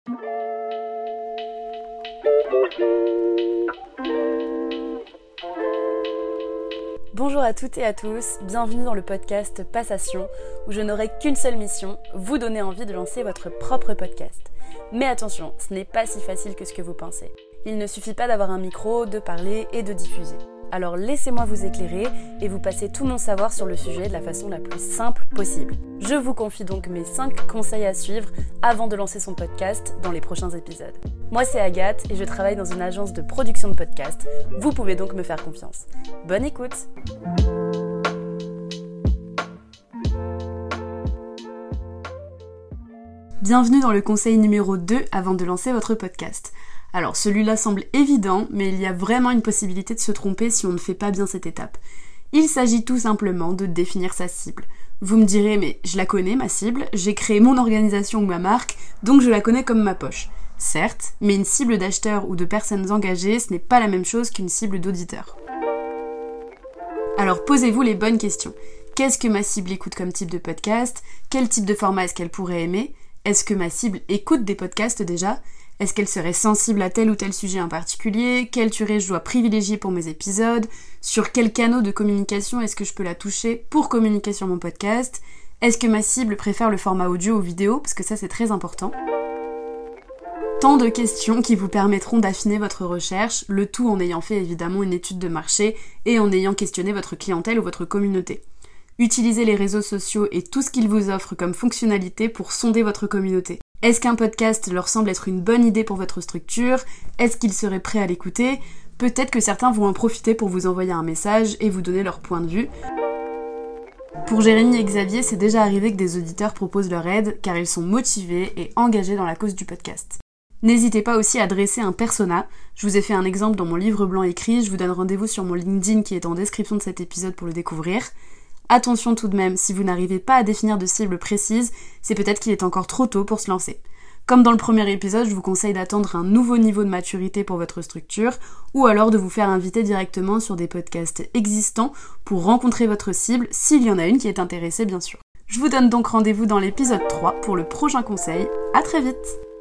Bonjour à toutes et à tous, bienvenue dans le podcast Passation, où je n'aurai qu'une seule mission, vous donner envie de lancer votre propre podcast. Mais attention, ce n'est pas si facile que ce que vous pensez. Il ne suffit pas d'avoir un micro, de parler et de diffuser. Alors laissez-moi vous éclairer et vous passer tout mon savoir sur le sujet de la façon la plus simple possible. Je vous confie donc mes 5 conseils à suivre avant de lancer son podcast dans les prochains épisodes. Moi c'est Agathe et je travaille dans une agence de production de podcasts. Vous pouvez donc me faire confiance. Bonne écoute! Bienvenue dans le conseil numéro 2 avant de lancer votre podcast. Alors celui-là semble évident, mais il y a vraiment une possibilité de se tromper si on ne fait pas bien cette étape. Il s'agit tout simplement de définir sa cible. Vous me direz, mais je la connais ma cible, j'ai créé mon organisation ou ma marque, donc je la connais comme ma poche. Certes, mais une cible d'acheteurs ou de personnes engagées, ce n'est pas la même chose qu'une cible d'auditeurs. Alors posez-vous les bonnes questions. Qu'est-ce que ma cible écoute comme type de podcast? Quel type de format est-ce qu'elle pourrait aimer? Est-ce que ma cible écoute des podcasts déjà? Est-ce qu'elle serait sensible à tel ou tel sujet en particulier? Quelle durée je dois privilégier pour mes épisodes? Sur quels canaux de communication est-ce que je peux la toucher pour communiquer sur mon podcast? Est-ce que ma cible préfère le format audio ou vidéo? Parce que ça c'est très important. Tant de questions qui vous permettront d'affiner votre recherche, le tout en ayant fait évidemment une étude de marché et en ayant questionné votre clientèle ou votre communauté. Utilisez les réseaux sociaux et tout ce qu'ils vous offrent comme fonctionnalité pour sonder votre communauté. Est-ce qu'un podcast leur semble être une bonne idée pour votre structure? Est-ce qu'ils seraient prêts à l'écouter? Peut-être que certains vont en profiter pour vous envoyer un message et vous donner leur point de vue. Pour Jérémy et Xavier, c'est déjà arrivé que des auditeurs proposent leur aide car ils sont motivés et engagés dans la cause du podcast. N'hésitez pas aussi à dresser un persona. Je vous ai fait un exemple dans mon livre blanc écrit, je vous donne rendez-vous sur mon LinkedIn qui est en description de cet épisode pour le découvrir. Attention tout de même, si vous n'arrivez pas à définir de cible précise, c'est peut-être qu'il est encore trop tôt pour se lancer. Comme dans le premier épisode, je vous conseille d'attendre un nouveau niveau de maturité pour votre structure, ou alors de vous faire inviter directement sur des podcasts existants pour rencontrer votre cible, s'il y en a une qui est intéressée bien sûr. Je vous donne donc rendez-vous dans l'épisode 3 pour le prochain conseil. À très vite!